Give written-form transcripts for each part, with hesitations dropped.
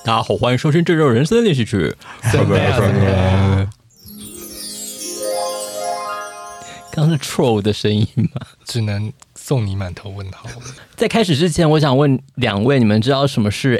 大家好，欢迎收听《这周人生练习曲》。刚是 troll 的声音吗？ 只能送你满头问号。 在开始之前，我想问两位，你们知道什么是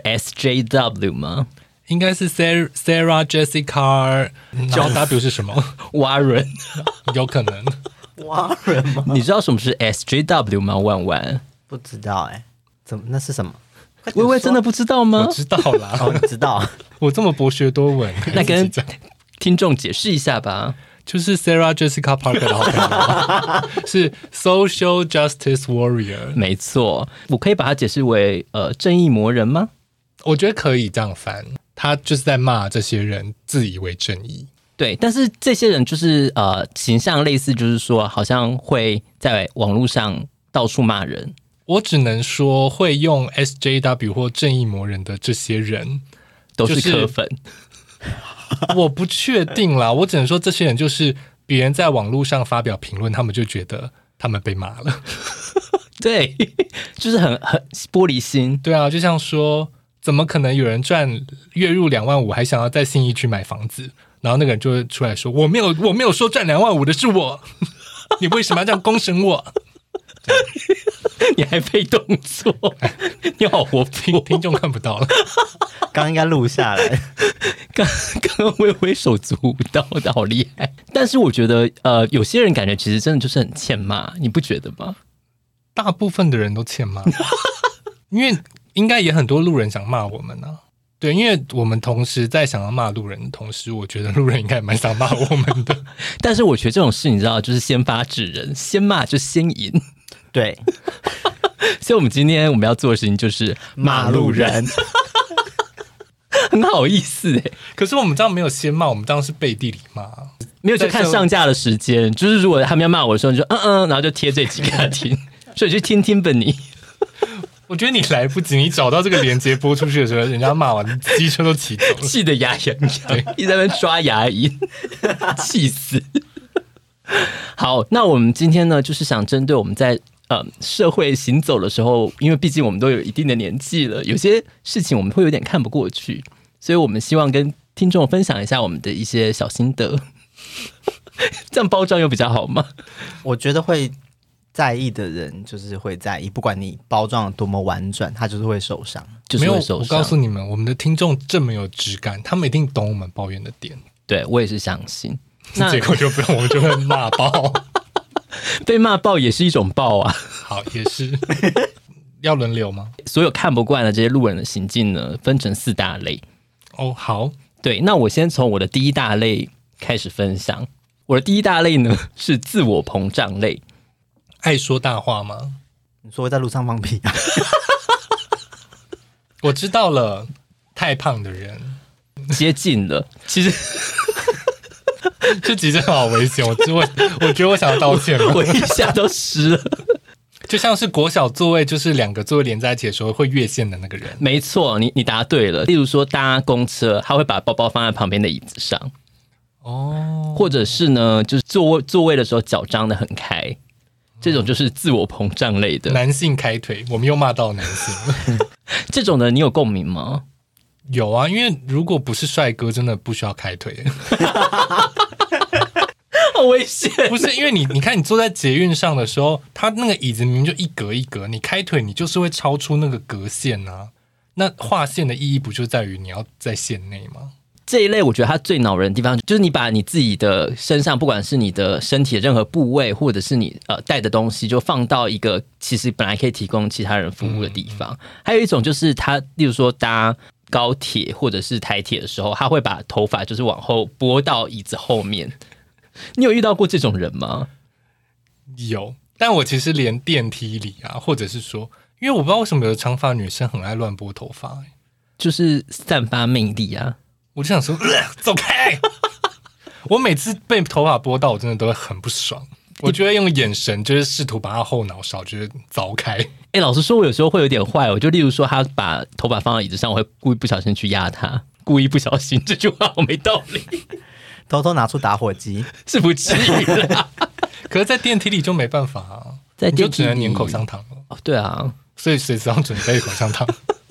SJW 吗？ 应该是 Sarah Jessica， 然后 W 是什么？ 蛙人， 有可能。 蛙人吗？ 你知道什么是 SJW 吗？万万不知道哎、怎么那是什么？ 微微真的不知道吗？ 我知道啦， 哦，你知道？ 我这么博学多闻， 那跟听众解释一下吧。 就是 Sarah Jessica Parker 的好朋友，是 Social Justice Warrior。 没错，我可以把它解释为正义魔人吗？ 我觉得可以这样翻，他就是在骂这些人自以为正义。 对，但是这些人就是形象类似，就是说好像会在网络上到处骂人。 我只能说，会用 SJW 或正义魔人的这些人都是柯粉。 我不确定啦，我只能说这些人就是别人在网络上发表评论，他们就觉得他们被骂了。 对，就是很玻璃心。 对啊，就像说，怎么可能有人赚月入2万5，还想要在信义区买房子？然后那个人就会出来说：“我没有说赚2万5的是我，你为什么要这样公审我？” 你还配动作，你好活泼， 听众看不到了。 刚应该录下来。 刚刚微微手足舞蹈的好厉害。但是我觉得有些人感觉其实真的就是很欠骂，你不觉得吗？ 大部分的人都欠骂，因为应该也很多路人想骂我们啊。对，因为我们同时在想要骂路人的同时，我觉得路人应该蛮想骂我们的。 但是我觉得这种事你知道，就是先发制人，先骂就先赢。 对， 所以我们今天我们要做的事情就是骂路人。很好意思哎， 可是我们这样没有先骂，我们这样是背地里骂， 没有去看上架的时间。就是如果他们要骂我的时候，你就然后就贴这集给他听，所以去听听吧你。 我觉得你来不及，你找到这个连接播出去的时候，人家骂完机车都骑走了， 气得牙痒痒，一直在那边抓牙龈，气死。好，那我们今天呢，就是想针对我们在社会行走的时候，因为毕竟我们都有一定的年纪了，有些事情我们会有点看不过去，所以我们希望跟听众分享一下我们的一些小心得。这样包装有比较好吗？ 我觉得会在意的人就是会在意，不管你包装的多么婉转，他就是会受伤， 就是会受伤。 我告诉你们，我们的听众这么有质感，他们一定懂我们抱怨的点。 对，我也是相信。 结果就不用，我们就会骂爆。 被骂爆也是一种爆啊。 好，也是。要轮流吗？ 所有看不惯的这些路人的行径呢，分成4大类。 哦，好。 对，那我先从我的第一大类开始分享。我的第一大类呢是自我膨胀类。 爱说大话吗？ 你说会在路上放屁啊？ 我知道了，太胖的人接近了。其实这集真的好危险，我觉得我想要道歉了， 我一下都湿了。 就像是国小座位，就是2个座位连在一起的时候会越线的那个人。 没错，你答对了。例如说搭公车，他会把包包放在旁边的椅子上，或者是呢，就是座位的时候脚张得很开，这种就是自我膨胀类的。 男性开腿，我们又骂到男性了。 这种的你有共鸣吗？ 有啊，因为如果不是帅哥，真的不需要开腿。 好危险！ 不是因为你看你坐在捷运上的时候，他那个椅子明明就一格一格，你开腿你就是会超出那个格线啊。那划线的意义不就在于你要在线内吗？ 这一类我觉得它最恼人的地方，就是你把你自己的身上，不管是你的身体的任何部位，或者是你带的东西，就放到一个其实本来可以提供其他人服务的地方。还有一种就是他，例如说搭高铁或者是台铁的时候，他会把头发就是往后拨到椅子后面。你有遇到过这种人吗？ 有，但我其实连电梯里啊，或者是说，因为我不知道为什么有的长发女生很爱乱拨头发， 就是散发魅力啊。 我就想说，走开！我每次被头发拨到，我真的都会很不爽。我就会用眼神，就是试图把他后脑勺就是凿开。 老实说，我有时候会有点坏。我就例如说，他把头发放到椅子上，我会故意不小心去压他，故意不小心，这句话好没道理。 偷偷拿出打火机， 是不至于啦。 可是，在电梯里就没办法啊， 在电梯里你就只能粘口香糖了。 哦，对啊， 所以随时要准备口香糖。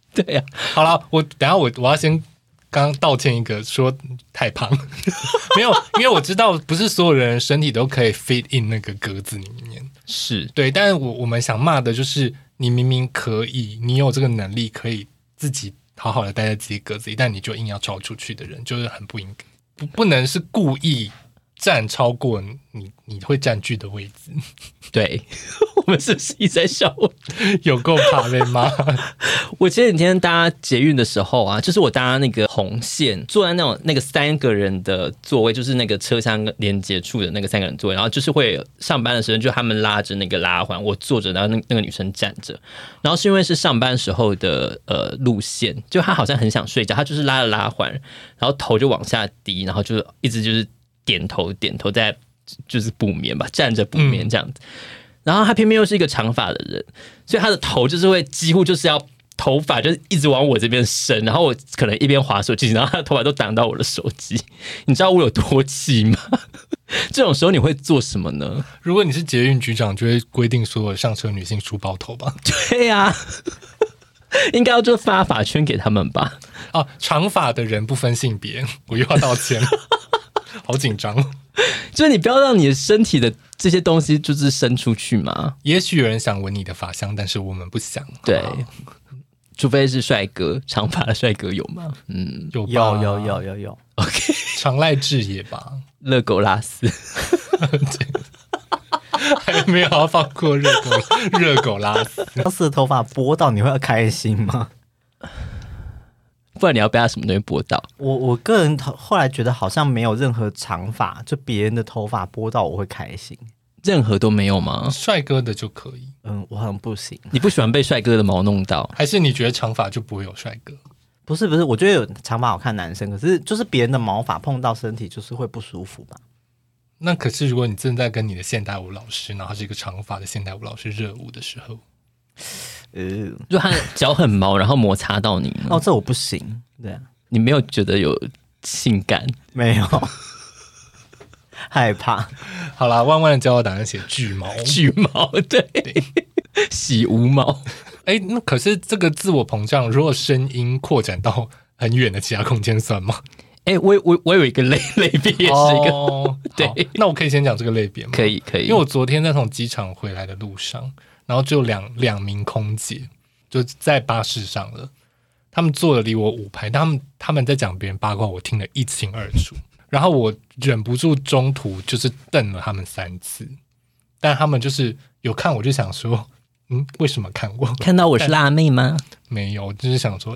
对啊， 好了，等一下我要先刚道歉一个，说太胖，没有，因为我知道不是所有人身体都可以 fit in 那个格子里面， 是对，但是我们想骂的就是你明明可以，你有这个能力可以自己好好的待在自己格子里，但你就硬要超出去的人，就是很不应该，不能是故意占超过你会占据的位置。 对，我们是不是一直在笑我？ 有够怕被骂。 我前几天搭捷运的时候啊，就是我搭那个红线，坐在那个3个人的座位，就是那个车厢连接处的那个3个人座位，然后就是会上班的时候，就他们拉着那个拉环，我坐着，然后那个女生站着，然后是因为是上班时候的路线，就她好像很想睡觉，她就是拉了拉环，然后头就往下低，然后就一直就是点头在就是补眠吧，站着补眠这样子。然后他偏偏又是一个长发的人，所以他的头就是会几乎就是要头发就是一直往我这边伸，然后我可能一边滑手机，然后他的头发都挡到我的手机。你知道我有多气吗？这种时候你会做什么呢？ 如果你是捷运局长，就会规定所有上车女性梳包头吧？ 对呀、应该要就发发圈给他们吧？ 哦，长发的人不分性别，我又要道歉了，好紧张。 就是你不要让你的身体的这些东西就是伸出去嘛。 也许有人想闻你的发香，但是我们不想。 对，除非是帅哥，长发的帅哥有吗？嗯， 有吧有。 OK， 长濑智也吧， 热狗拉丝。 还没有要放过热狗拉丝。 要是的头发拨到，你会开心吗？ 不然你要被他什么东西拨到？ 我个人后来觉得好像没有任何长发，就别人的头发拨到我会开心。 任何都没有吗？ 帅哥的就可以。 我好像不行。 你不喜欢被帅哥的毛弄到？ 还是你觉得长发就不会有帅哥？ 不是，我觉得有长发好看男生，可是就是别人的毛发碰到身体就是会不舒服吧。 那可是如果你正在跟你的现代舞老师，然后是一个长发的现代舞老师热舞的时候， 就他的脚很毛，然后摩擦到你呢？ 哦，这我不行。对啊， 你没有觉得有性感？ 没有，害怕。 好啦，万万的骄傲答案写巨毛， 巨毛，对，洗无毛。 哎，那可是这个自我膨胀，如果声音扩展到很远的其他空间算吗？ 哎、我有一个类别也是一个，对， 那我可以先讲这个类别吗？ 可以， 因为我昨天在从机场回来的路上，然后就两名空姐就在巴士上了，他们坐了离我5排，他们在讲别人八卦，我听得一清二楚，然后我忍不住中途就是瞪了他们3次，但他们就是有看我就想说，为什么看我？ 看到我是辣妹吗？ 没有，就是想说，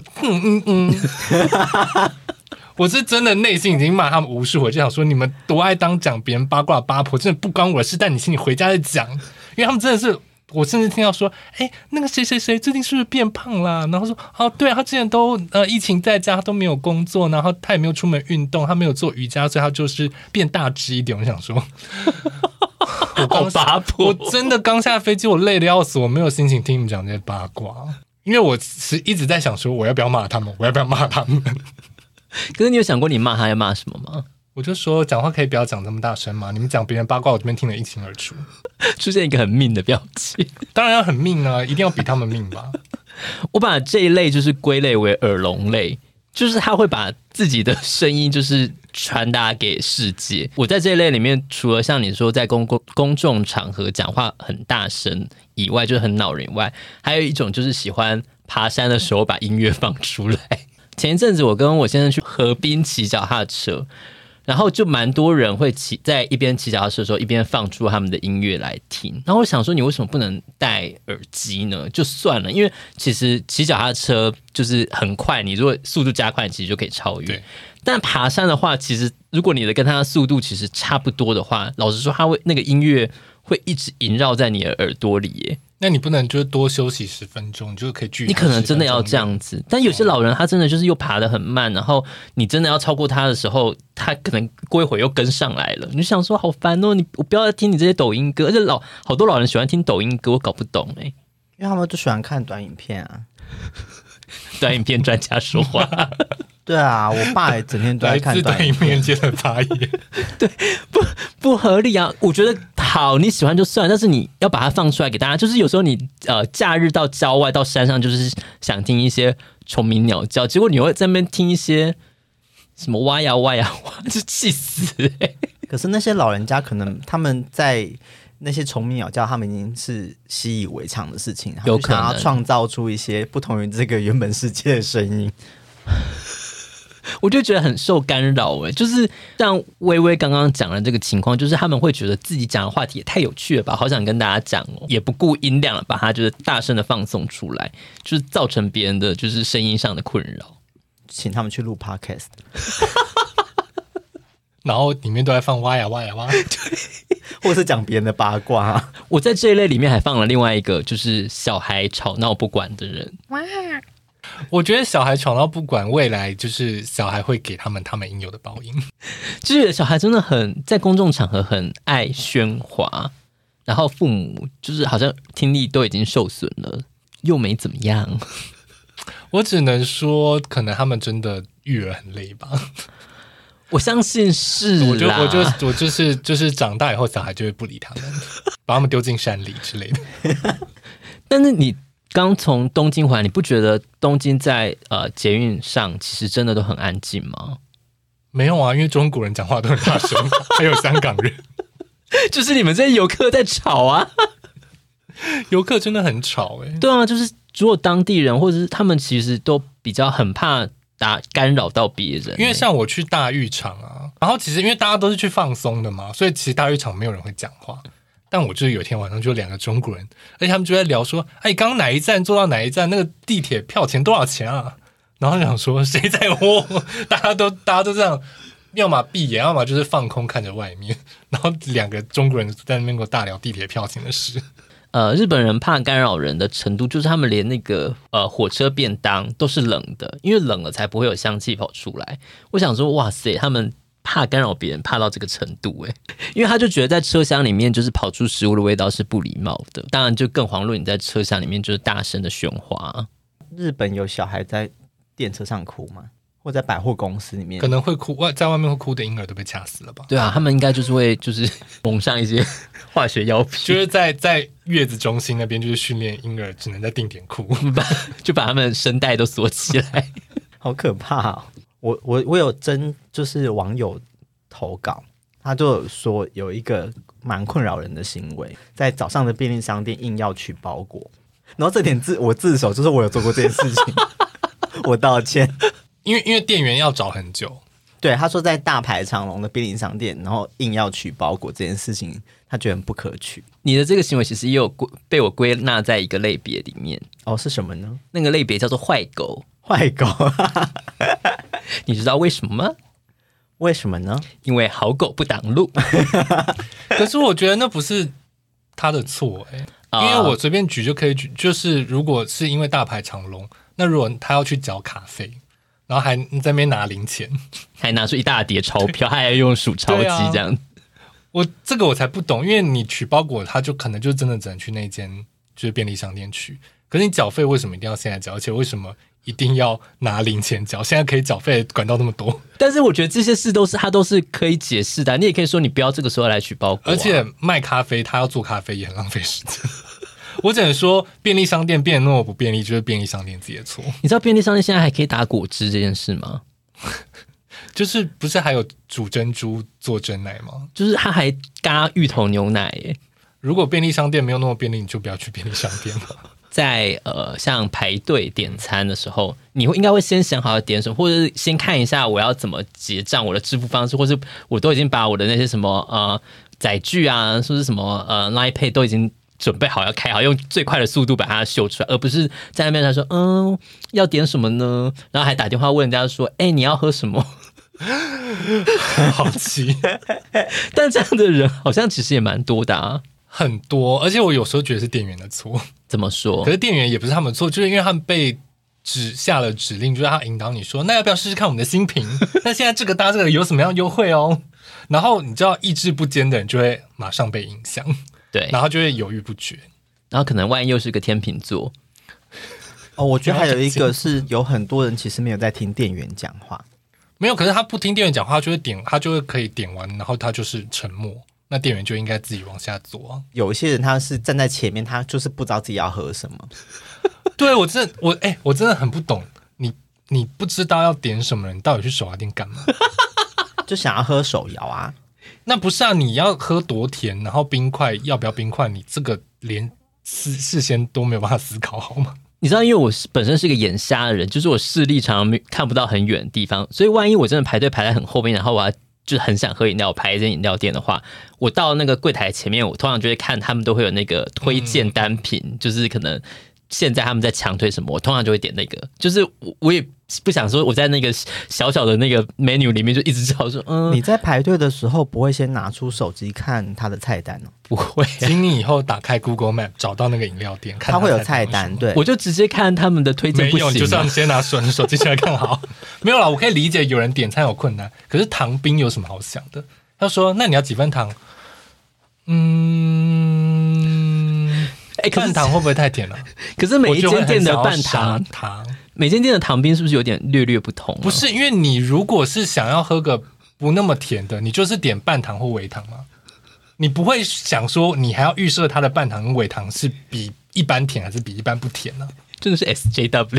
我是真的内心已经骂他们无数回，就想说你们多爱当讲别人八卦的八婆，真的不关我的事，但你请你回家再讲，因为他们真的是，我甚至听到说，那个谁谁谁最近是不是变胖啦？然后说，哦，对啊，他之前都疫情在家，他都没有工作，然后他也没有出门运动，他没有做瑜伽，所以他就是变大只一点。我想说， 好八婆， 我真的刚下飞机，我累得要死，我没有心情听你们讲这些八卦，因为我是一直在想说，我要不要骂他们？我要不要骂他们？ 可是你有想过你骂他要骂什么吗？ 我就说讲话可以不要讲这么大声吗？你们讲别人八卦，我这边听得一清二楚。 出现一个很命的表情， 当然要很命啊，一定要比他们命吧。 我把这一类就是归类为耳聋类，就是他会把自己的声音就是传达给世界。我在这一类里面，除了像你说在公众场合讲话很大声以外，就是很恼人以外，还有一种就是喜欢爬山的时候把音乐放出来。前一阵子我跟我先生去河滨骑脚踏车，然后就蛮多人会在一边骑脚踏车的时候一边放出他们的音乐来听。然后我想说，你为什么不能戴耳机呢？就算了，因为其实骑脚踏车就是很快，你如果速度加快，其实就可以超越。但爬山的话，其实如果你的跟它的速度其实差不多的话，老实说，它会那个音乐会一直萦绕在你的耳朵里耶。 那你不能就是多休息10分钟，你就可以继续。 你可能真的要这样子，但有些老人他真的就是又爬得很慢，然后你真的要超过他的时候，他可能过一会又跟上来了。你就想说好烦哦，我不要再听你这些抖音歌，而且好多老人喜欢听抖音歌，我搞不懂因为他们都喜欢看短影片啊。 短影片专家说话。 对啊，我爸也整天都在看短影片。 来自短影片界的发言。 对，不合理啊！我觉得好，你喜欢就算，但是你要把它放出来给大家。就是有时候你假日到郊外到山上，就是想听一些虫鸣鸟叫，结果你会在那边听一些什么哇呀哇呀哇，就气死欸。 可是那些老人家可能他们在那些虫鸣鸟叫，他们已经是习以为常的事情， 有可能想要创造出一些不同于这个原本世界的声音。 我就觉得很受干扰就是像微微刚刚讲的这个情况，就是他们会觉得自己讲的话题也太有趣了吧，好想跟大家讲也不顾音量了，把它就是大声的放送出来，就是造成别人的就是声音上的困扰。 请他们去录 podcast， 然后里面都在放哇呀哇呀哇， 或者是讲别人的八卦。 我在这一类里面还放了另外一个，就是小孩吵闹不管的人。 我觉得小孩吵闹不管，未来就是小孩会给他们应有的报应。 就是小孩真的很在公众场合很爱喧哗，然后父母就是好像听力都已经受损了，又没怎么样。 我只能说，可能他们真的育儿很累吧。 我相信是啦， 我就是长大以后，小孩就会不理他们，把他们丢进山里之类的。 但是你刚从东京回来，你不觉得东京在捷运上其实真的都很安静吗？ 没有啊，因为中国人讲话都很大声，还有香港人， 就是你们这些游客在吵啊。 游客真的很吵对啊，就是如果当地人或者是他们其实都比较很怕干扰到别人。 因为像我去大浴场啊，然后其实因为大家都是去放松的嘛，所以其实大浴场没有人会讲话。但我就是有一天晚上就2个中国人，而且他们就在聊说，哎，刚刚哪一站坐到哪一站，那个地铁票钱多少钱啊？然后想说谁在乎？大家都这样，要么闭眼，要么就是放空看着外面。然后2个中国人在那边给我大聊地铁票钱的事。 日本人怕干扰人的程度，就是他们连那个火车便当都是冷的，因为冷了才不会有香气跑出来。我想说，哇塞，他们怕干扰别人，怕到这个程度因为他就觉得在车厢里面就是跑出食物的味道是不礼貌的，当然就更遑论你在车厢里面就是大声的喧哗。 日本有小孩在电车上哭吗？或在百货公司里面可能会哭，在外面会哭的婴儿都被掐死了吧？ 对啊，他们应该就是会蒙上一些化学药品， 就是在月子中心那边就是训练婴儿只能在定点哭， 就把他们声带都锁起来。 好可怕哦。我有就是网友投稿，他就有说有一个蛮困扰人的行为，在早上的便利商店硬要取包裹，然后这点我自首，就是我有做过这件事情，我道歉。 因为店员要找很久。 对，他说在大排长龙的便利商店，然后硬要取包裹这件事情，他觉得很不可取。 你的这个行为其实也有被我归纳在一个类别里面。 哦，是什么呢？ 那个类别叫做坏狗。 坏狗。 你知道为什么吗？ 为什么呢？ 因为好狗不挡路。 可是我觉得那不是他的错因为我随便举就可以举，就是如果是因为大排长龙，那如果他要去缴卡费，然后还在那边拿零钱， 还拿出一大叠钞票，还要用数钞机这样。 这个我才不懂，因为你取包裹，他就可能就真的只能去那间就是便利商店取。可是你缴费为什么一定要现在缴？而且为什么一定要拿零钱缴？现在可以缴费管道那么多。 但是我觉得这些事他都是可以解释的，你也可以说你不要这个时候来取包裹而且卖咖啡，他要做咖啡也很浪费时间。我只能说，便利商店变得那么不便利，就是便利商店自己的错。 你知道便利商店现在还可以打果汁这件事吗？ 就是不是还有煮珍珠做珍奶吗？ 就是他还嘎芋头牛奶耶。 如果便利商店没有那么便利，你就不要去便利商店了。 在像排队点餐的时候，你应该会先想好要点什么，或者是先看一下我要怎么结账，我的支付方式，或是我都已经把我的那些什么载具啊，说是什么Line Pay 都已经准备好要开好，用最快的速度把它秀出来，而不是在那边他说要点什么呢？然后还打电话问人家说你要喝什么？ 好奇。 但这样的人好像其实也蛮多的啊。 很多，而且我有时候觉得是店员的错。 怎么说？ 可是店员也不是他们的错，就是因为他们被下了指令，就是他引导你说，那要不要试试看我们的新品？那现在这个搭这个有什么样的优惠哦？然后你知道意志不坚的人就会马上被影响， 对， 然后就会犹豫不决， 然后可能万一又是个天秤座。 我觉得还有一个是有很多人其实没有在听店员讲话， 没有，可是他不听店员讲话，他就会可以点完，然后他就是沉默。 那店员就应该自己往下坐啊。 有一些人他是站在前面，他就是不知道自己要喝什么。 对我真的很不懂，你不知道要点什么，你到底去手摇店干嘛？ 就想要喝手摇啊。 那不是啊，你要喝多甜，然后冰块要不要冰块，你这个连事先都没有办法思考好吗？ 你知道，因为我本身是一个眼瞎的人，就是我视力常常看不到很远的地方，所以万一我真的排队排在很后面，然后我要就是很想喝饮料，我排一间饮料店的话，我到那个柜台前面，我通常就会看他们都会有那个推荐单品，就是可能现在他们在强推什么，我通常就会点那个。就是我也不想说我在那个小小的那个 menu 里面就一直找说， 你在排队的时候不会先拿出手机看他的菜单哦？ 不会、 请你以后打开 Google Map 找到那个饮料店，看它会有菜单，对， 我就直接看他们的推荐不行吗？ 没有，你就是要先拿手机起来看好。没有啦，我可以理解有人点餐有困难，可是糖冰有什么好想的？他说：“那你要几分糖？”半糖会不会太甜了？ 可是每一间店的半糖，每间店的糖冰是不是有点略略不同？ 不是，因为你如果是想要喝个不那么甜的，你就是点半糖或微糖嘛。你不会想说你还要预设它的半糖跟微糖是比一般甜还是比一般不甜呢？ 真的是 SJW。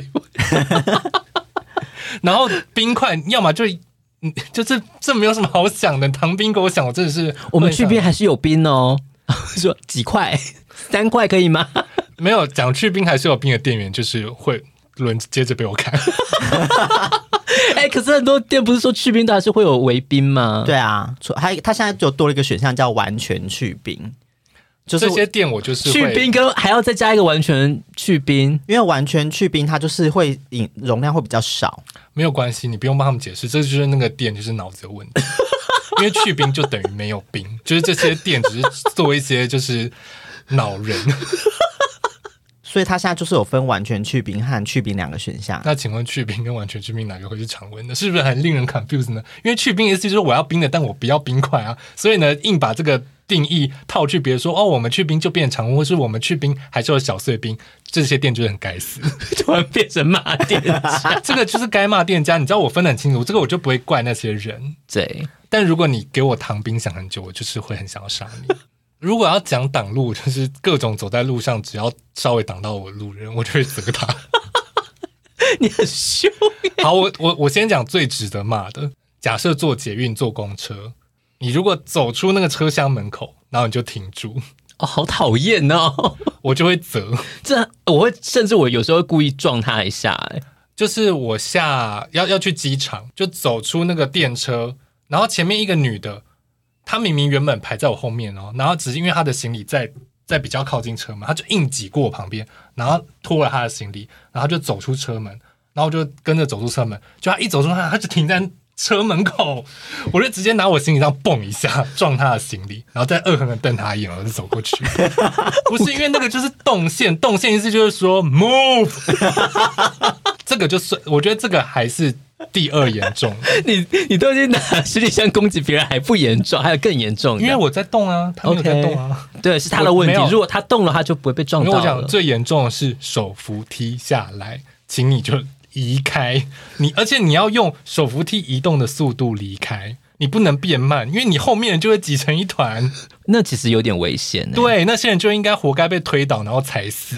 然后冰块，要么就是这没有什么好想的。糖冰给我想，我真的是我们去冰还是有冰哦。说几块，3块可以吗？ 没有讲去冰还是有冰的店员，就是会接着被我看。 可是很多店不是说去冰都还是会有微冰吗？ 对啊，它现在就多了一个选项叫完全去冰，就是这些店我就是去冰跟还要再加一个完全去冰， 因为完全去冰它就是会容量会比较少。 没有关系，你不用帮他们解释，这就是那个店就是脑子有问题。因为去冰就等于没有冰，就是这些店只是做一些就是恼人。 所以它现在就是有分完全去冰和去冰2个选项。 那请问去冰跟完全去冰哪个会是常温的？是不是很令人 confuse 呢？因为去冰的意思就是我要冰的，但我不要冰块啊。所以呢，硬把这个定义套去，别人说哦，我们去冰就变常温，或是我们去冰还是有小碎冰，这些店就是很该死， 突然变成骂店家。 这个就是该骂店家。你知道我分得很清楚，这个我就不会怪那些人。 对， 但如果你给我糖冰想很久，我就是会很想要杀你。如果要讲挡路，就是各种走在路上，只要稍微挡到我路人，我就会责他。 你很凶。 好，我先讲最值得骂的。假设坐捷运、坐公车，你如果走出那个车厢门口，然后你就停住， 哦，好讨厌哦！ 我就会责。 我会甚至我有时候会故意撞他一下， 就是我要去机场，就走出那个电车，然后前面一个女的。他明明原本排在我后面哦，然后只是因为他的行李在比较靠近车门，他就硬挤过我旁边，然后拖了他的行李，然后就走出车门，然后就跟着走出车门，就他一走出他就停在车门口，我就直接拿我行李上蹦一下撞他的行李，然后再恶狠狠瞪他一眼，然后就走过去。不是因为那个就是动线意思就是说 move， 这个就是我觉得这个还是。第二严重， 你都已经拿行李箱攻击别人还不严重，还有更严重的， 因为我在动啊，他没有在动啊， 对，是他的问题。如果他动了，他就不会被撞到了。 我讲最严重的是手扶梯下来，请你就移开而且你要用手扶梯移动的速度离开，你不能变慢，因为你后面人就会挤成一团， 那其实有点危险。 对，那些人就应该活该被推倒，然后踩死。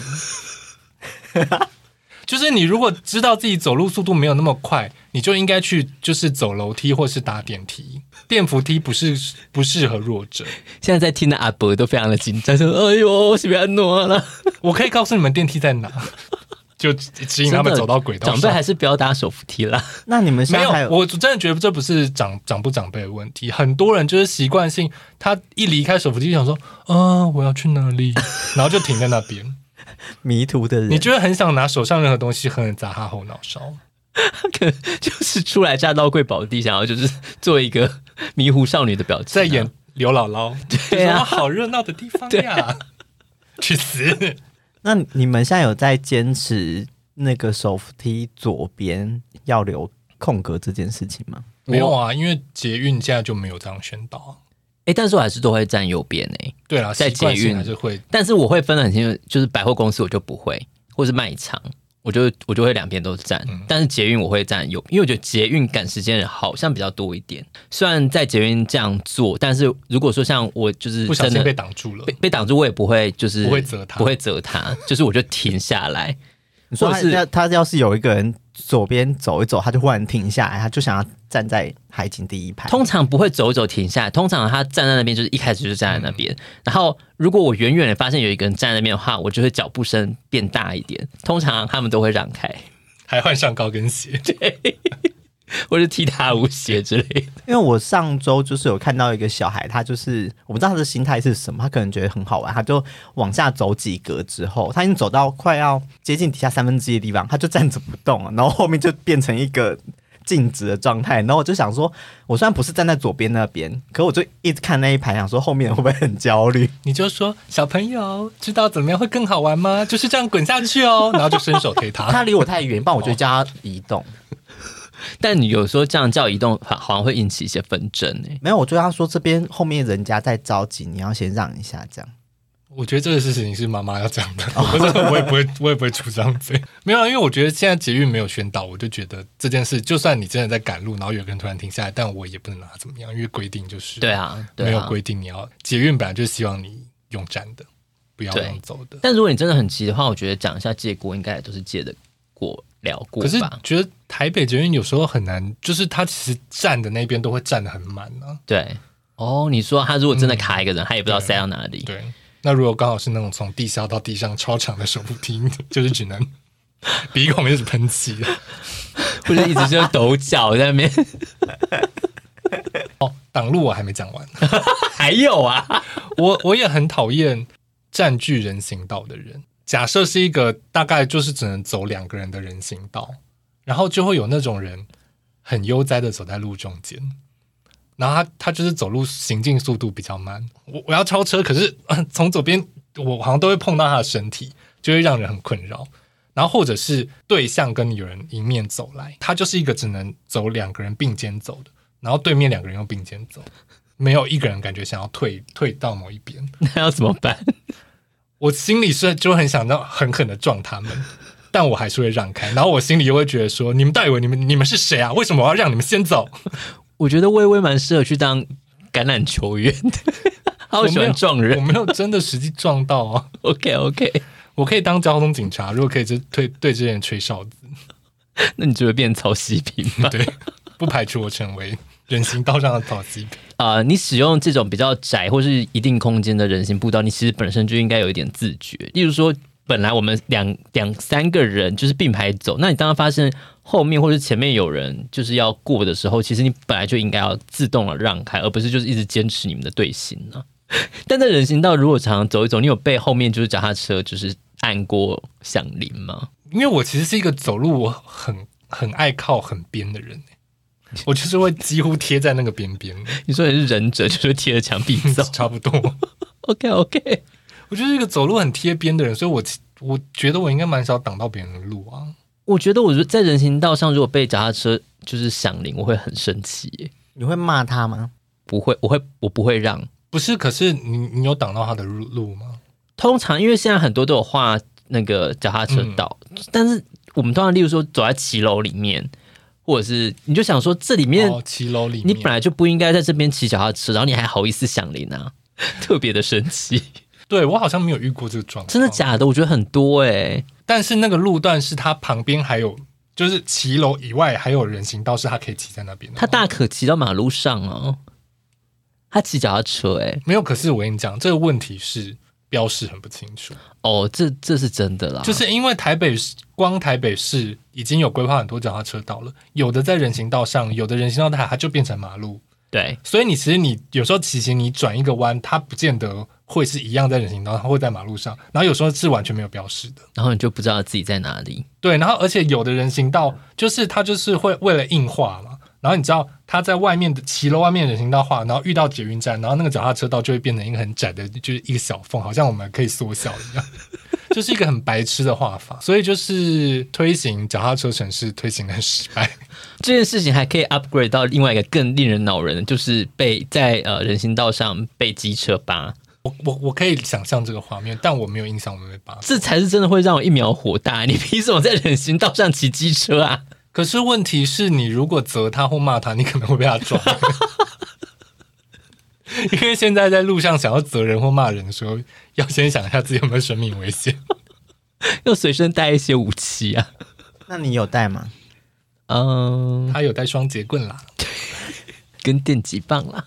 就是你如果知道自己走路速度没有那么快，你就应该去就是走楼梯或是搭电梯，电扶梯不适合弱者。 现在在听的阿伯都非常的紧张，说：“哎呦，我是不是要挪了？” 我可以告诉你们电梯在哪，就指引他们走到轨道上。 长辈还是不要搭手扶梯啦。 那你们现在没有？我真的觉得这不是长不长辈的问题，很多人就是习惯性，他一离开手扶梯就想说：“我要去哪里？”然后就停在那边。 迷途的人， 你就会很想拿手上任何东西狠狠砸他后脑勺， 可能就是初来乍到贵宝地，想要就是做一个迷糊少女的表情， 在演刘姥姥， 对啊， 好热闹的地方呀，去死！ 那你们现在有在坚持那个手扶梯左边要留空格这件事情吗？ 没有啊，因为捷运现在就没有这样宣导。 但是我还是都会站右边对啦， 在捷运还是会， 但是我会分得很清楚，就是百货公司我就不会，或是卖场我就会两边都站，但是捷运我会站右，因为我觉得捷运赶时间的人好像比较多一点。虽然在捷运这样做，但是如果说像我就是不小心被挡住了， 被挡住，我也不会就是不会责他， 就是我就停下来。 你说他要是有一个人左边走一走，他就忽然停下来，他就想要站在海景第一排。 通常不会走一走停下来，通常他站在那边就是一开始就是站在那边。然后如果我远远的发现有一个人站在那边的话，我就会脚步声变大一点。通常他们都会让开， 还换上高跟鞋， 对，或是踢踏舞鞋之类的。 因为我上周就是有看到一个小孩，他就是我不知道他的心态是什么，他可能觉得很好玩，他就往下走几格之后，他已经走到快要接近底下1/3的地方，他就站着不动了，然后后面就变成一个静止的状态。然后我就想说，我虽然不是站在左边那边，可我就一直看那一排，想说后面会不会很焦虑？ 你就说小朋友知道怎么样会更好玩吗？就是这样滚下去哦，然后就伸手推他。 他离我太远，不然我就叫他移动。 但你有时候这样叫移动，好像会引起一些纷争欸。 没有，我就跟他说这边后面人家在着急，你要先让一下，这样。 我觉得这个事情是妈妈要讲的，我也不会出张嘴。没有，因为我觉得现在捷运没有宣导，我就觉得这件事，就算你真的在赶路，然后有个人突然停下来，但我也不能拿他怎么样，因为规定就是对啊， 没有规定你要捷运本来就是希望你用站的，不要用走的。 但如果你真的很急的话，我觉得讲一下借过，应该也都是借的过了过吧。 可是觉得台北捷运有时候很难，就是他其实站的那边都会站得很满啊。 对，哦，你说他如果真的卡一个人，他也不知道塞到哪里。 对。那如果刚好是那种从地下到地上超长的手扶梯，就是只能鼻孔一直喷气， 或者一直就抖脚在那边。 哦，挡路我还没讲完， 还有啊， 我也很讨厌占据人行道的人。假设是一个大概就是只能走2个人的人行道，然后就会有那种人很悠哉的走在路中间。然后他就是走路行进速度比较慢，我要超车，可是从左边我好像都会碰到他的身体，就会让人很困扰。然后或者是对向跟有人迎面走来，他就是一个只能走2个人并肩走的，然后对面2个人又并肩走，没有一个人感觉想要退到某一边， 那要怎么办？ 我心里是就很想要狠狠的撞他们，但我还是会让开。然后我心里又会觉得说，你们到底以为你们是谁啊？为什么我要让你们先走？ 我觉得微微蛮适合去当橄榄球员的，他好喜欢撞人。 我没有真的实际撞到啊。 OK， 我可以当交通警察，如果可以就对这些人吹哨子， 那你就会变曹西平吗？ 对，不排除我成为人行道上的曹西平。 你使用这种比较窄或是一定空间的人行步道，你其实本身就应该有一点自觉。例如说，本来我们两三个人就是并排走，那你当发现后面或是前面有人就是要过的时候，其实你本来就应该要自动的让开，而不是就是一直坚持你们的队形啊。但在人行道如果常常走一走，你有被后面就是脚踏车就是按过响铃吗？ 因为我其实是一个走路我很爱靠很边的人，我就是会几乎贴在那个边边。 你说你是忍者，就是贴着墙壁走， 差不多。 OK， 我就是一个走路很贴边的人，所以我觉得我应该蛮少挡到别人的路啊。 我觉得我在人行道上如果被脚踏车就是响铃，我会很生气耶。 你会骂他吗？ 不会，我不会让。 不是，可是你有挡到他的路吗？ 通常因为现在很多都有画那个脚踏车道，但是我们通常例如说走在骑楼里面，或者是你就想说这里面骑楼里面， 你本来就不应该在这边骑脚踏车，然后你还好意思响铃啊，特别的生气。 对，我好像没有遇过这个状况。 真的假的？我觉得很多欸。 但是那个路段是它旁边还有，就是骑楼以外还有人行道，是他可以骑在那边的。 他大可骑到马路上哦，他骑脚踏车欸。 没有，可是我跟你讲，这个问题是标示很不清楚。 哦，这是真的啦。 就是因为光台北市已经有规划很多脚踏车道了，有的在人行道上，有的人行道它就变成马路。 对， 所以其实你有时候骑行，你转一个弯，它不见得会是一样在人行道，它会在马路上，然后有时候是完全没有标示的， 然后你就不知道自己在哪里。 对，然后而且有的人行道就是它就是会为了硬化嘛，然后你知道它在外面的骑楼外面的人行道画，然后遇到捷运站，然后那个脚踏车道就会变成一个很窄的，就是一个小缝，好像我们可以缩小一样。就是一个很白痴的画法，所以就是推行脚踏车城市推行的很失败。 这件事情还可以 upgrade 到另外一个更令人恼人的，就是被在人行道上被机车扒。 我可以想象这个画面，但我没有印象我们被扒。 这才是真的会让我一秒火大。你凭什么在人行道上骑机车啊？ 可是问题是你如果责他或骂他，你可能会被他抓。因为现在在路上想要责人或骂人的时候，要先想一下自己有没有生命危险， 要随身带一些武器啊。 那你有带吗？ 他有带双节棍啦， 跟电击棒啦。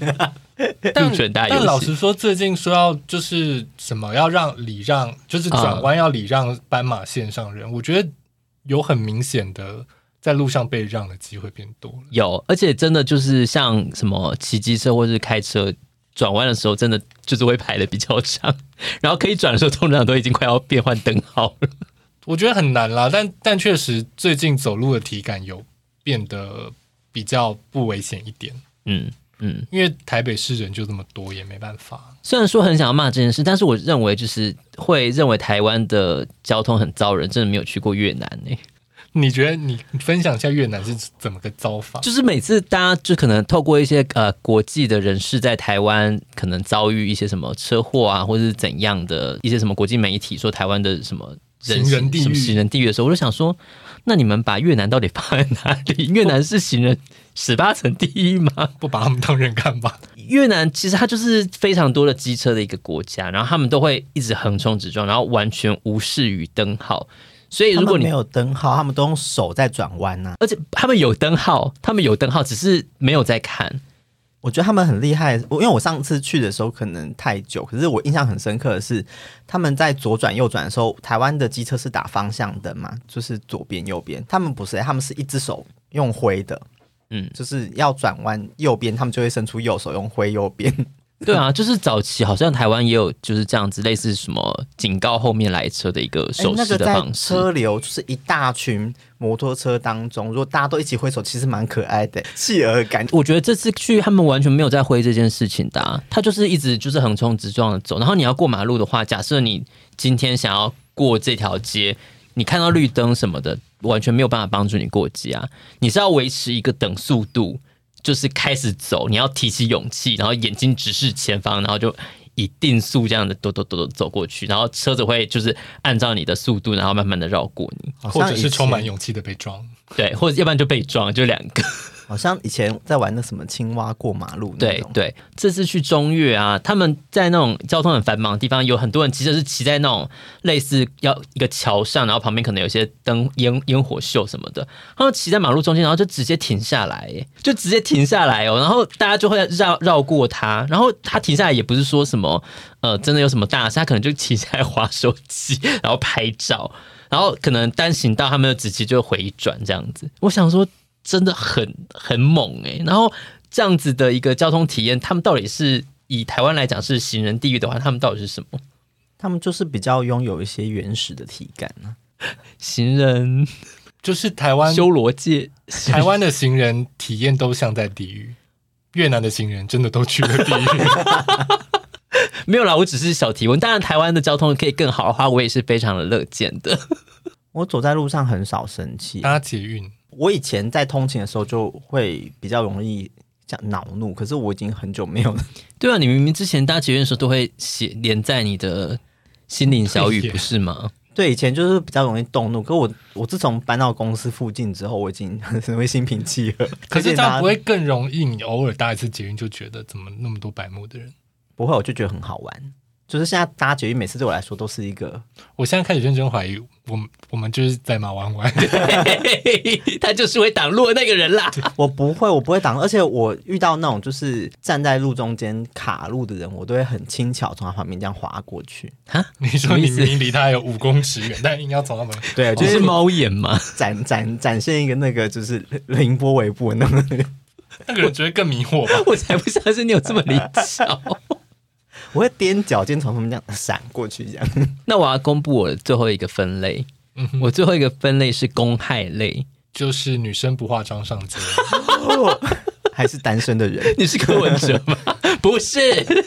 但老实说，最近说要就是什么要礼让，就是转弯要礼让斑马线上人，我觉得有很明显的在路上被让的机会变多了。 有，而且真的就是像什么骑机车或是开车转弯的时候，真的就是会排的比较长，然后可以转的时候，通常都已经快要变换灯号了。 我觉得很难啦，但确实最近走路的体感有变得比较不危险一点。因为台北市人就这么多，也没办法。 虽然说很想要骂这件事，但是我认为就是会认为台湾的交通很糟人，真的没有去过越南欸。 你觉得你分享一下越南是怎么个糟法？ 就是每次大家就可能透过一些国际的人士在台湾可能遭遇一些什么车祸啊，或者是怎样的一些什么国际媒体说台湾的什么行人地狱、 行人地狱的时候，我就想说，那你们把越南到底放在哪里？越南是行人18层第一吗？ 不把他们当人看吧。 越南其实它就是非常多的机车的一个国家，然后他们都会一直横冲直撞，然后完全无视于灯号。所以如果你没有灯号，他们都用手在转弯呐。 而且他们有灯号，只是没有在看。 我觉得他们很厉害，因为我上次去的时候可能太久，可是我印象很深刻的是，他们在左转右转的时候，台湾的机车是打方向灯嘛，就是左边右边，他们不是，他们是一只手用挥的，就是要转弯右边，他们就会伸出右手用挥右边。 对啊，就是早期好像台湾也有就是这样子，类似什么警告后面来车的一个手势的方式。 那个在车流就是一大群摩托车当中，如果大家都一起挥手，其实蛮可爱的，企鹅感。 我觉得这次去他们完全没有在挥这件事情的啊，他就是一直就是横冲直撞的走。然后你要过马路的话，假设你今天想要过这条街，你看到绿灯什么的，完全没有办法帮助你过街啊，你是要维持一个等速度。就是开始走，你要提起勇气，然后眼睛直视前方，然后就以定速这样的走过去，然后车子会就是按照你的速度，然后慢慢的绕过你， 或者是充满勇气的被撞， 对，或者要不然就被撞，就两个。 好像以前在玩那什么青蛙过马路那种。 对，这次去中越啊，他们在那种交通很繁忙的地方，有很多人其实是骑在那种类似要一个桥上，然后旁边可能有些灯烟火秀什么的，他们骑在马路中间，然后就直接停下来，然后大家就会绕过他，然后他停下来也不是说什么真的有什么大事，他可能就骑下来滑手机，然后拍照，然后可能单行道他们就直接就回转这样子。我想说。真的很猛然后这样子的一个交通体验，他们到底是以台湾来讲是行人地狱的话，他们到底是什么？ 他们就是比较拥有一些原始的体感啊。 行人就是台湾修罗界， 台湾的行人体验都像在地狱，越南的行人真的都去了地狱。 没有啦，我只是小提问。当然，台湾的交通可以更好的话，我也是非常的乐见的。 我走在路上很少生气， 搭捷运。 我以前在通勤的时候就会比较容易这样恼怒，可是我已经很久没有了。 对啊，你明明之前搭捷运的时候都会连在你的心灵小语，不是吗？ 对，以前就是比较容易动怒，可我自从搬到公司附近之后，我已经很会心平气和。 可是这样不会更容易？你偶尔搭一次捷运就觉得怎么那么多白目的人？ 不会，我就觉得很好玩。就是现在搭捷运，每次对我来说都是一个。 我现在开始认真怀疑，我们就是在马湾湾， 他就是会挡路的那个人啦。 我不会挡，而且我遇到那种就是站在路中间卡路的人，我都会很轻巧从他旁边这样滑过去。 哈， 你说你明明离他有5公尺远，但硬要从他们对， 就是猫眼嘛， 展现一个那个就是凌波微步的那个。 那个人觉得更迷惑吧？ 我才不相信你有这么灵巧。 我会踮脚尖从他们这样闪过去，这样。 那我要公布我的最后一个分类，我最后一个分类是公害类， 就是女生不化妆上街， 还是单身的人？ 你是柯文哲吗？不是，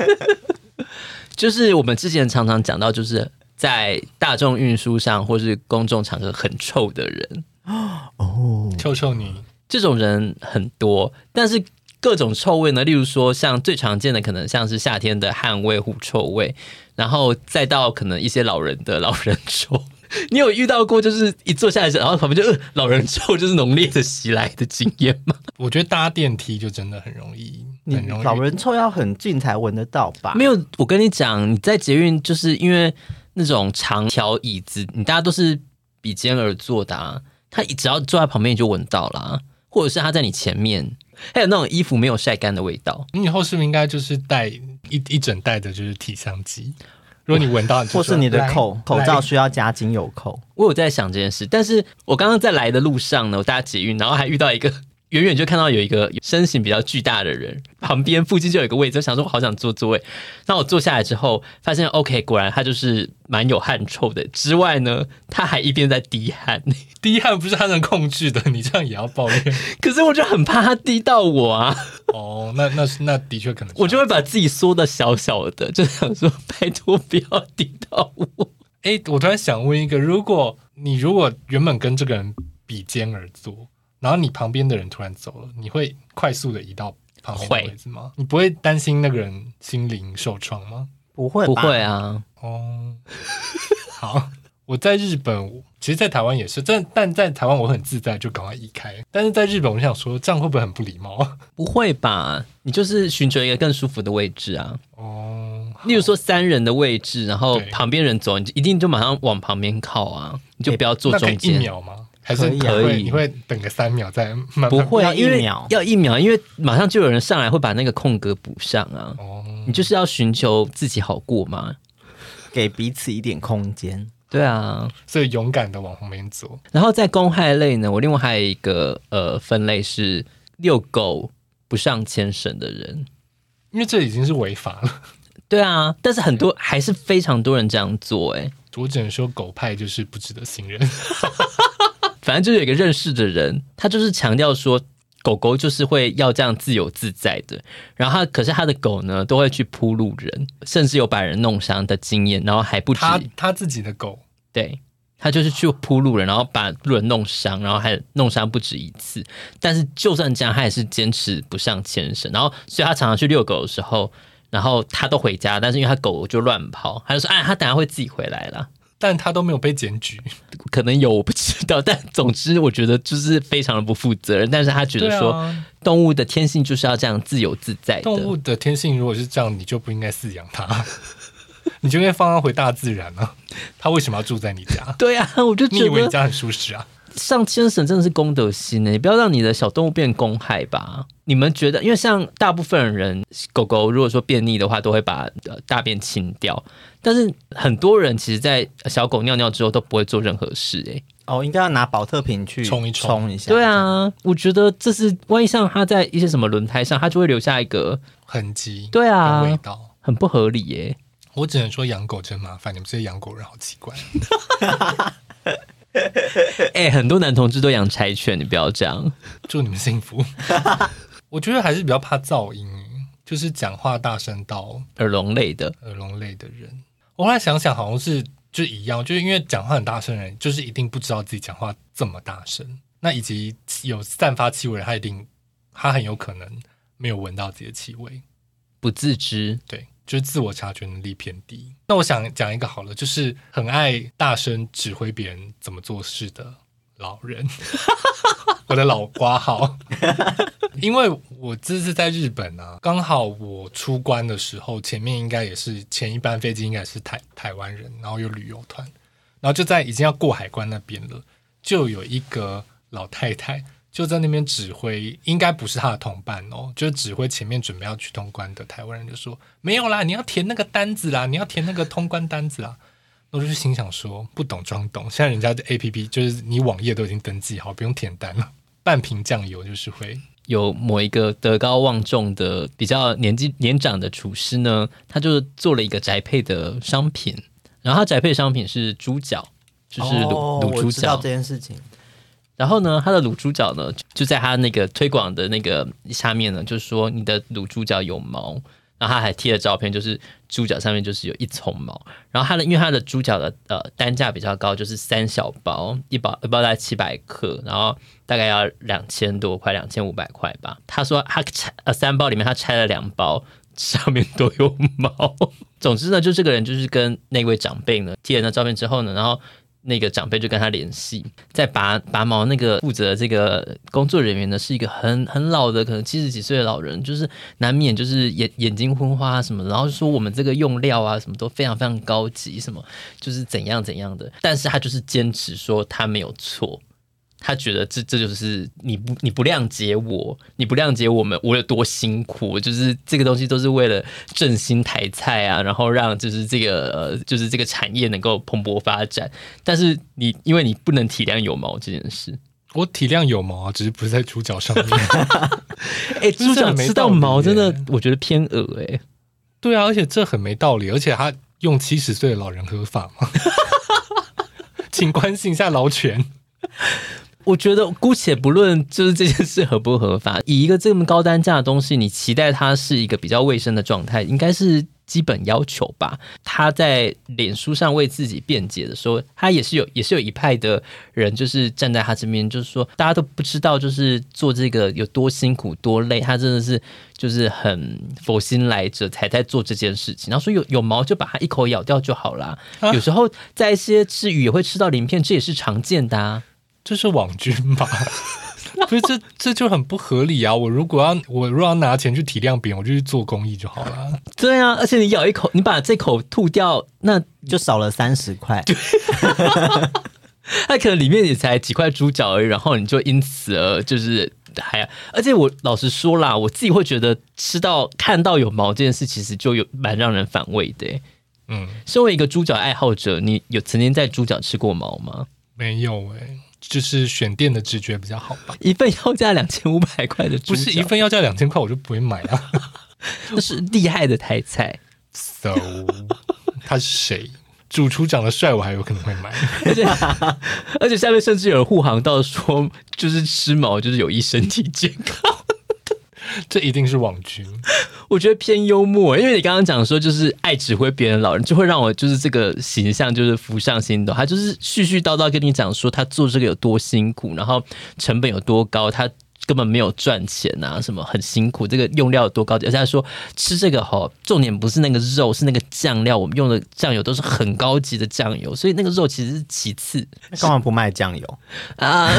就是我们之前常常讲到，就是在大众运输上或是公众场合很臭的人。 哦， 臭臭你这种人很多，但是各种臭味呢，例如说像最常见的可能像是夏天的汗味、狐臭味，然后再到可能一些老人的老人臭。你有遇到过就是一坐下来然后旁边就老人臭就是浓烈的袭来的经验吗？ 我觉得搭电梯就真的很容易， 老人臭要很近才闻得到吧？ 没有，我跟你讲，你在捷运就是因为那种长条椅子，你大家都是比肩而坐的啊，他只要坐在旁边你就闻到啦，或者是他在你前面，还有那种衣服没有晒干的味道。 你以后是不是应该就是带一整袋的就是体香剂？如果你闻到， 或是你的口罩需要加精油扣。 我有在想这件事，但是我刚刚在来的路上呢，我搭捷运，然后还遇到一个远远就看到有一个身形比较巨大的人，旁边附近就有一个位置，我想说我好想坐座位。那我坐下来之后，发现 OK， 果然他就是蛮有汗臭的。之外呢，他还一边在滴汗， 滴汗不是他能控制的，你这样也要抱怨。 可是我就很怕他滴到我啊。 哦，那的确可能， 我就会把自己缩的小小的，就想说拜托不要滴到我。 我突然想问一个，如果原本跟这个人比肩而坐，然后你旁边的人突然走了，你会快速的移到旁边的位置吗？你不会担心那个人心灵受创吗？ 不会， 不会啊。 哦，好。我在日本，其实在台湾也是，但在台湾我很自在，就赶快移开。但是在日本，我想说，这样会不会很不礼貌啊？ 不会吧？你就是寻求一个更舒服的位置啊。 哦， 例如说3人的位置，然后旁边人走，你一定就马上往旁边靠啊，你就不要坐中间。 1秒吗？还是可以？ 你会等个3秒再慢慢？ 不会啊，因为要1秒，因为马上就有人上来会把那个空格补上啊。哦，你就是要寻求自己好过嘛， 给彼此一点空间。 对啊， 所以勇敢的往旁边走。 然后在公害类呢，我另外还有一个分类是遛狗不上牵绳的人， 因为这已经是违法了。 对啊，但是还是非常多人这样做我只能说狗派就是不值得信任。 反正就有一个认识的人，他就是强调说狗狗就是会要这样自由自在的，然后可是他的狗呢都会去扑路人，甚至有把人弄伤的经验，然后还不止他自己的狗， 对，他就是去扑路人，然后把路人弄伤，然后还弄伤不止一次。但是就算这样，他也是坚持不上牵绳，然后所以他常常去遛狗的时候，然后他都回家，但是因为他狗就乱跑，他就说他等下会自己回来啦。 但他都没有被检举， 可能有我不知道，但总之我觉得就是非常的不负责任。但是他觉得说，动物的天性就是要这样自由自在的。 动物的天性如果是这样，你就不应该饲养它，你就应该放它回大自然啊。它为什么要住在你家？ 对啊，我就觉得你以为你家很舒适啊？ 上牵绳真的是公德心你不要让你的小动物变公害吧。你们觉得，因为像大部分人狗狗如果说便秘的话，都会把大便清掉，但是很多人其实在小狗尿尿之后都不会做任何事应该要拿保特瓶去冲一下。 对啊，我觉得这是万一像它在一些什么轮胎上，它就会留下一个痕迹， 对啊， 味道很不合理我只能说养狗真麻烦，你们这些养狗人好奇怪。 很多男同志都养柴犬，你不要这样。 祝你们幸福。我觉得还是比较怕噪音，就是讲话大声到耳聋类的人。我后来想想，好像是就一样，就是因为讲话很大声的人，就是一定不知道自己讲话这么大声。那以及有散发气味的人，他很有可能没有闻到自己的气味， 不自知。 对。就是自我察觉能力偏低。那我想讲一个好了，就是很爱大声指挥别人怎么做事的老人。我的老括号。因为我这次在日本啊，刚好我出关的时候，前面应该也是前一班飞机应该是台湾人，然后有旅游团，然后就在已经要过海关那边了，就有一个老太太就在那边指挥，应该不是他的同伴就是指挥前面准备要去通关的台湾人，就说没有啦，你要填那个单子啦，你要填那个通关单子啦。我就心想说，不懂装懂，现在人家的 APP 就是你网页都已经登记好，不用填单了。半瓶酱油就是会有某一个德高望重的比较年长的厨师呢，他就做了一个宅配的商品，然后他宅配商品是猪脚，就是卤猪脚。 我知道这件事情。 然后呢，他的卤猪脚呢，就在他那个推广的那个下面呢，就是说你的卤猪脚有毛， 然后他还贴了照片，就是猪脚上面就是有一丛毛，然后因为它的猪脚的单价比较高，就是3小包，一包大概700克，然后大概要2000多块，2500块吧。他说他3包里面他拆了2包，上面都有毛。总之呢，就这个人就是跟那位长辈呢贴了那照片之后呢，然后那个长辈就跟他联系，在拔毛那个负责这个工作人员呢，是一个很老的，可能70几岁的老人，就是难免就是眼睛昏花什么的，然后就说我们这个用料啊什么都非常非常高级，什么就是怎样怎样的，但是他就是坚持说他没有错。他觉得这就是你不谅解我，你不谅解我有多辛苦，就是这个东西都是为了振兴台菜啊，然后让就是这个产业能够蓬勃发展。但是因为你不能体谅有毛这件事， 我体谅有毛啊，只是不是在猪脚上面。 猪脚吃到毛真的我觉得偏恶对啊，而且这很没道理，而且他用70岁的老人合法吗？请关心一下劳权。 我觉得姑且不论就是这件事合不合法，以一个这么高单价的东西，你期待它是一个比较卫生的状态，应该是基本要求吧。他在脸书上为自己辩解的时候，他也是有一派的人就是站在他这边，就是说大家都不知道就是做这个有多辛苦多累，他真的是就是很佛心来着才在做这件事情。然后说有毛就把它一口咬掉就好啦，有时候在一些吃鱼也会吃到鳞片，这也是常见的啊。 这是网军吧？不是，这就很不合理啊！我如果要拿钱去体谅别人，我就去做公益就好了。 对啊，而且你咬一口，你把这口吐掉，那就少了30块。 它可能里面也才几块猪脚而已，然后你就因此而就是而且我老实说啦，我自己会觉得看到有毛这件事，其实就蛮让人反胃的。身为一个猪脚爱好者，你有曾经在猪脚吃过毛吗？ 没有就是选店的直觉比较好吧。 一份要价2500块的猪脚， 不是一份要价2000块，我就不会买啊。 那是厉害的台菜。 So 他是谁？主厨长得帅，我还有可能会买。 而且下面甚至有人护航到说，就是吃毛就是有益身体健康。 这一定是网军， 我觉得偏幽默，因为你刚刚讲说就是爱指挥别人的老人，就会让我就是这个形象就是浮上心头。他就是絮絮叨叨跟你讲说他做这个有多辛苦，然后成本有多高，他根本没有赚钱啊，什么很辛苦，这个用料有多高，而且他说吃这个重点不是那个肉，是那个酱料，我们用的酱油都是很高级的酱油，所以那个肉其实是其次。 干嘛不卖酱油啊？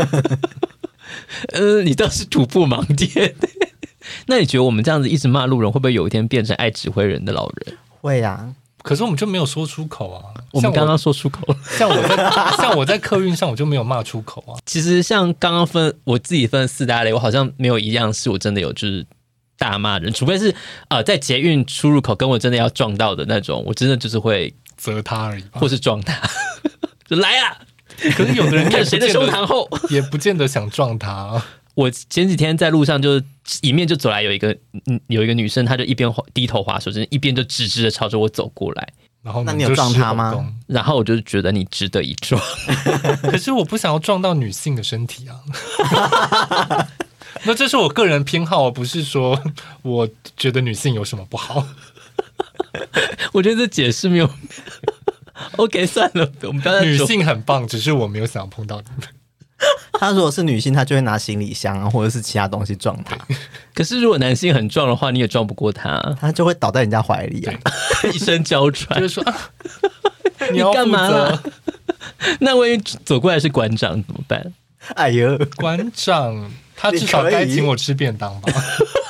你倒是突破盲点。那你觉得我们这样子一直骂路人，会不会有一天变成爱指挥人的老人？ 会啊， 可是我们就没有说出口啊。 我们刚刚说出口了， 像我在客运上我就没有骂出口啊。 其实像刚刚我自己分4大类，我好像没有一样是我真的有就是大骂人，除非是在捷运出入口跟我真的要撞到的那种，我真的就是会责他而已， 或是撞他，就来啊！ 可是有的人看谁的胸膛厚， 也不见得想撞他。 我前几天在路上就迎面就走来有一个女生，她就一边低头滑手机，一边就直直的朝着我走过来。 然后那你有撞她吗？ 然后我就觉得你值得一撞。 可是我不想要撞到女性的身体啊。那这是我个人偏好，不是说我觉得女性有什么不好。 我觉得这解释没有。OK， 算了，我们不要再说。 女性很棒，只是我没有想要碰到你们。 他如果是女性，他就会拿行李箱啊，或者是其他东西撞他。 可是如果男性很壮的话，你也撞不过他， 他就会倒在人家怀里啊， 一身娇喘。 就是说， 你干嘛了？那万一走过来是馆长怎么办？ 哎呦， 馆长，他至少该请我吃便当吧？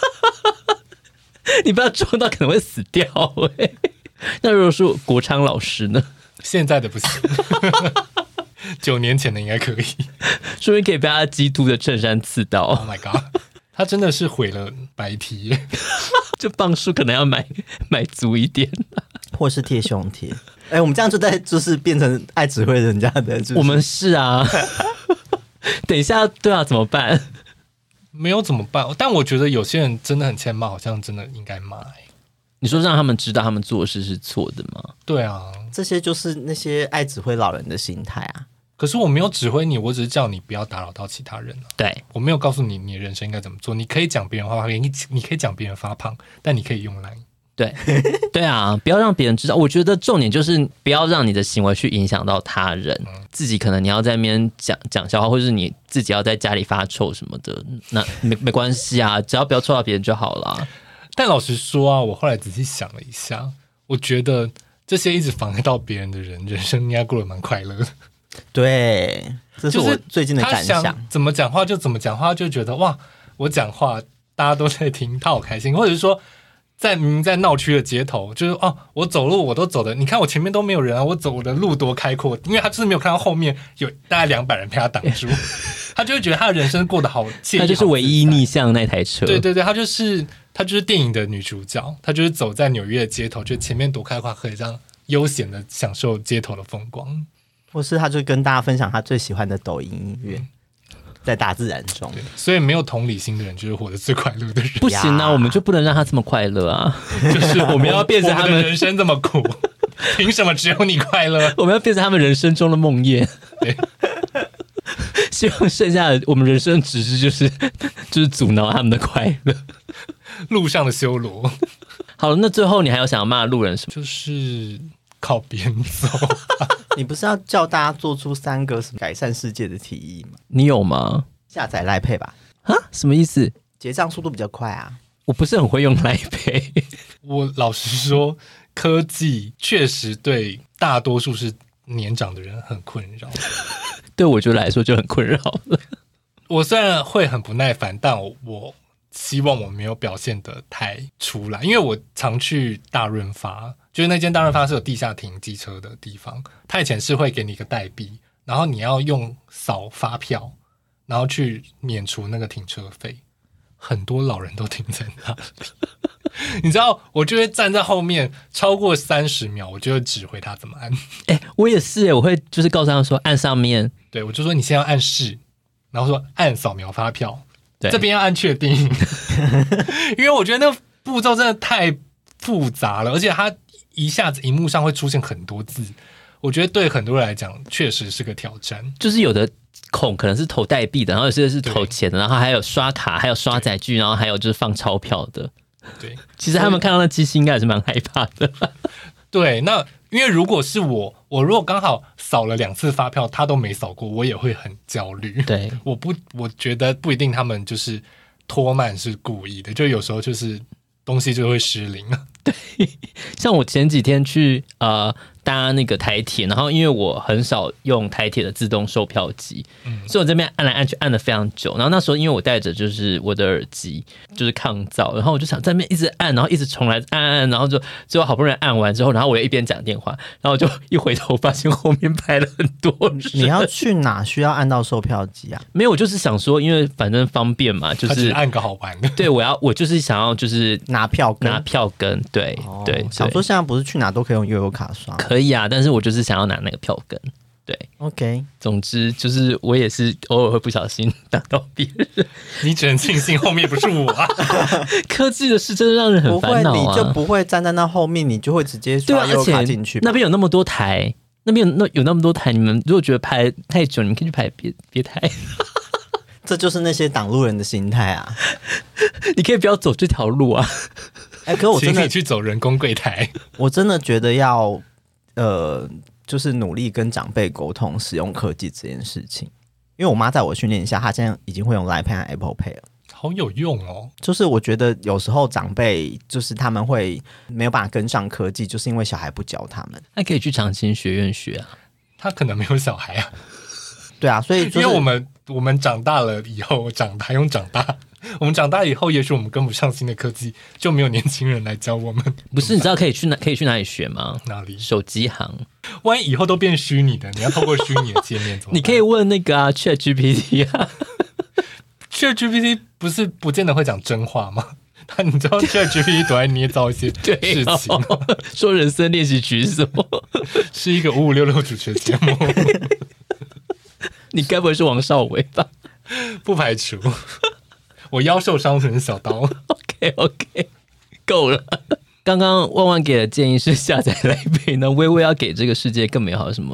你不要撞到，可能会死掉那如果是国昌老师呢？ 现在的不行。9年前的应该可以， 说明可以被他基督的衬衫刺到。 Oh my god， 他真的是毁了白 T 耶。 就磅数可能要买足一点， 或是贴胸贴。我们这样就是变成爱指挥人家的，就是， 我们是啊。等一下，对啊，怎么办？ 没有怎么办？但我觉得有些人真的很欠骂，好像真的应该骂。 你说让他们知道他们做的事是错的吗？ 对啊， 这些就是那些爱指挥老人的心态啊。 可是我没有指挥你，我只是叫你不要打扰到其他人对， 我没有告诉你你的人生应该怎么做。你可以讲别人坏话，你可以讲别人发胖，但你可以用来。 对，对啊，不要让别人知道。我觉得重点就是不要让你的行为去影响到他人。自己可能你要在那边讲笑话，或者是你自己要在家里发臭什么的，那没关系啊，只要不要臭到别人就好了。 但老实说啊，我后来仔细想了一下，我觉得这些一直妨碍到别人的人，人生应该过得蛮快乐的。 对，这是我最近的感想。 他想怎么讲话就怎么讲话，就觉得哇，我讲话大家都在听，他好开心。或者是说，明明在闹区的街头，就是哦，我走路我都走的，你看我前面都没有人啊，我走的路多开阔，因为他就是没有看到后面有大概200人被他挡住，他就会觉得他的人生过得好惬意， 他就是唯一逆向那台车。 对对对，他就是电影的女主角，她就是走在纽约的街头，就前面多开阔，可以这样悠闲的享受街头的风光。 或是他就跟大家分享他最喜欢的抖音音乐，在大自然中。 所以没有同理心的人就是活得最快乐的人。 不行啊，我们就不能让他这么快乐啊！ 就是我们要变成他们的人生这么苦，凭什么只有你快乐？ 我们要变成他们人生中的梦魇。希望剩下的我们人生的只是就是阻挠他们的快乐， 路上的修罗。 好了，那最后你还有想要骂路人什么？ 就是靠边走。 你不是要叫大家做出3个什么改善世界的提议吗？ 你有吗？ 下载赖配吧。 啊？什么意思？ 结账速度比较快啊。 我不是很会用赖配。 我老实说，科技确实对大多数是年长的人很困扰。 对我就来说就很困扰了。 我虽然会很不耐烦，但我希望我没有表现得太出来，因为我常去大润发，就是那间大润发是有地下停机车的地方，他以前是会给你一个代币，然后你要用扫发票，然后去免除那个停车费。很多老人都停在那里，你知道，我就会站在后面超过30秒，我就会指挥他怎么按。 我也是我会就是告诉他说按上面， 对，我就说你先要按是，然后说按扫描发票， 对， 这边要按确定，因为我觉得那步骤真的太复杂了，而且它一下子荧幕上会出现很多字，我觉得对很多人来讲确实是个挑战。 就是有的孔可能是投代币的，然后有些是投钱的，然后还有刷卡，还有刷载具，然后还有就是放钞票的。 对， 其实他们看到那机器应该也是蛮害怕的。 对，那因为如果是我如果刚好扫了2次发票，他都没扫过，我也会很焦虑。 对， 我觉得不一定他们就是拖慢是故意的，就有时候就是东西就会失灵。 对，像我前几天去搭那个台铁，然后因为我很少用台铁的自动售票机，所以我这边按来按去按了非常久。然后那时候因为我戴着就是我的耳机，就是抗噪，然后我就想在那边一直按，然后一直重来按，然后就最后好不容易按完之后，然后我又一边讲电话，然后我就一回头发现后面排了很多人。 你要去哪需要按到售票机啊？ 没有，我就是想说，因为反正方便嘛，就是按个好玩的。 对，我就是想要就是拿票根，对、对， 想说现在不是去哪都可以用悠游卡刷， 可以啊，但是我就是想要拿那个票根。对 ，OK。 总之就是我也是偶尔会不小心打到别人。 你只能庆幸后面不是我啊！ 科技的事真的让人很烦恼啊！ 不会，你就不会站在那后面，你就会直接刷悠游卡进去。 那边有那么多台，有那么多台，你们如果觉得排太久，你们可以去排别台。 这就是那些挡路人的心态啊！ 你可以不要走这条路啊！ 可我真的去走人工柜台。我真的觉得要就是努力跟长辈沟通使用科技这件事情。因为我妈在我训练下，她现在已经会用 Line Pay 和 Apple Pay 了， 好有用哦。 就是我觉得有时候长辈就是他们会没有办法跟上科技，就是因为小孩不教他们。 那可以去长青学院学啊。 他可能没有小孩啊。 对啊，所以因为我们长大了以后，还用长大。我们长大以后，也许我们跟不上新的科技，就没有年轻人来教我们。 不是，你知道可以去哪里学吗？ 哪里？ 手机行。 万一以后都变虚拟的，你要透过虚拟的界面怎么办？ 你可以问那个啊 ChatGPT 啊。 ChatGPT 不见得会讲真话吗？你知道 ChatGPT 都在捏造一些事情， 说人生练习曲是什么？ 是一个5566主持节目。 你该不会是王少伟吧？ 不排除。我腰受伤成小刀。 OK， 够了。刚刚万万给的建议是下载来配，那微微要给这个世界更美好的什么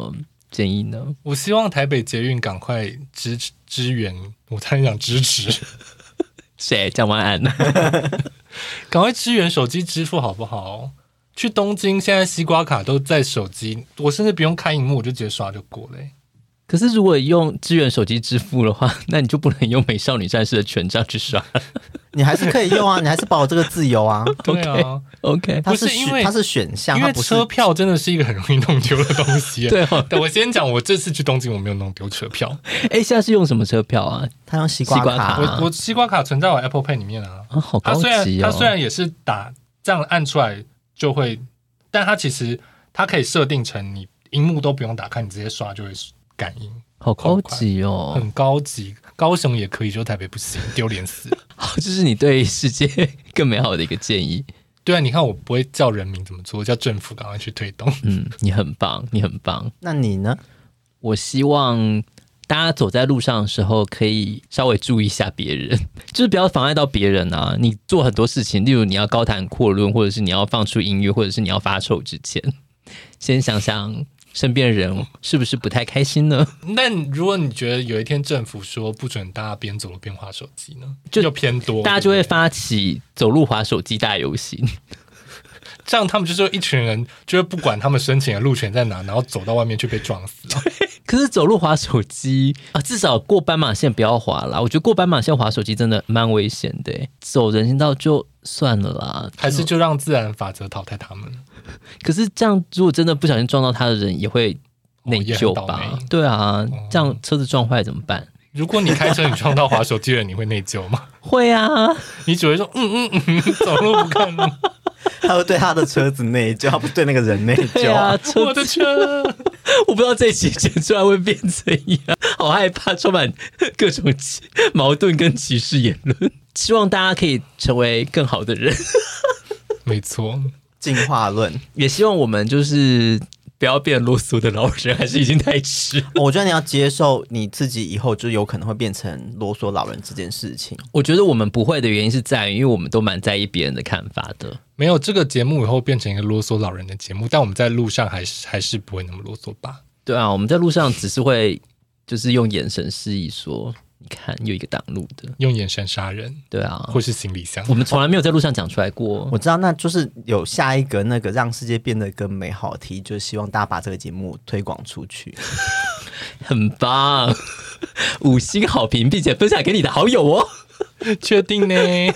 建议呢？ 我希望台北捷运赶快支援，我差点讲支持， 谁蒋万安？ 赶快支援手机支付好不好？去东京现在西瓜卡都在手机，我甚至不用开荧幕，我就直接刷就过了。 可是如果用支援手机支付的话，那你就不能用美少女战士的权杖去刷。 你还是可以用啊，你还是保有这个自由啊。 对啊 OK， 它不是因为它是选项， 因为它不是车票真的是一个很容易弄丢的东西。 对哦， 我先讲，我这次去东京我没有弄丢车票。 哎，现在是用什么车票啊？ 它用西瓜西瓜卡卡。 我西瓜卡存在我 Apple Pay 里面啊。 啊，好高级哦！ 它虽然也是打这样按出来就会，但它其实它可以设定成你荧幕都不用打开，你直接刷就会感应。 好高级哦， 很高级。高雄也可以，就台北不行，丢脸死了。 好，这是你对世界更美好的一个建议。 对啊，你看我不会叫人民怎么做，叫政府赶快去推动。 你很棒，你很棒。 那你呢？ 我希望大家走在路上的时候，可以稍微注意一下别人，就是不要妨碍到别人啊。你做很多事情，例如你要高谈阔论，或者是你要放出音乐，或者是你要发臭之前，先想想身边人是不是不太开心呢？ 那如果你觉得有一天政府说不准大家边走路边滑手机呢，就偏多， 大家就会发起走路滑手机大游行。 这样他们就是一群人，就会不管他们申请的路权在哪，然后走到外面去被撞死了。 可是走路滑手机啊，至少过斑马线不要滑啦。我觉得过斑马线滑手机真的蛮危险的，走人行道就算了啦， 还是就让自然法则淘汰他们。 可是这样，如果真的不小心撞到他的人，也会内疚吧？对啊，这样车子撞坏怎么办？ 如果你开车你撞到滑手机的人，你会内疚吗？ 会啊， 你只会说走路不看。 他会对他的车子内疚，他不对那个人内疚啊！ 我的车， 我不知道这一期剪出来会变怎样，好害怕，充满各种矛盾跟歧视言论。希望大家可以成为更好的人。 没错， 进化论， 也希望我们就是不要变啰嗦的老人，还是已经太迟。 我觉得你要接受你自己以后就有可能会变成啰嗦老人这件事情。 我觉得我们不会的原因是在于，因为我们都蛮在意别人的看法的。 没有这个节目以后变成一个啰嗦老人的节目，但我们在路上还是不会那么啰嗦吧？ 对啊，我们在路上只是会就是用眼神示意说，你看有一个挡路的， 用眼神杀人。 对啊， 或是行李箱。 我们从来没有在路上讲出来过。 我知道，那就是有下一个那个让世界变得更美好的题，就是希望大家把这个节目推广出去。 很棒，5星好评，并且分享给你的好友哦。 确定呢？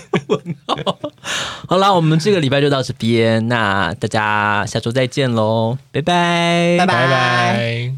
好啦，我们这个礼拜就到这边，那大家下周再见喽，拜拜， 拜拜拜。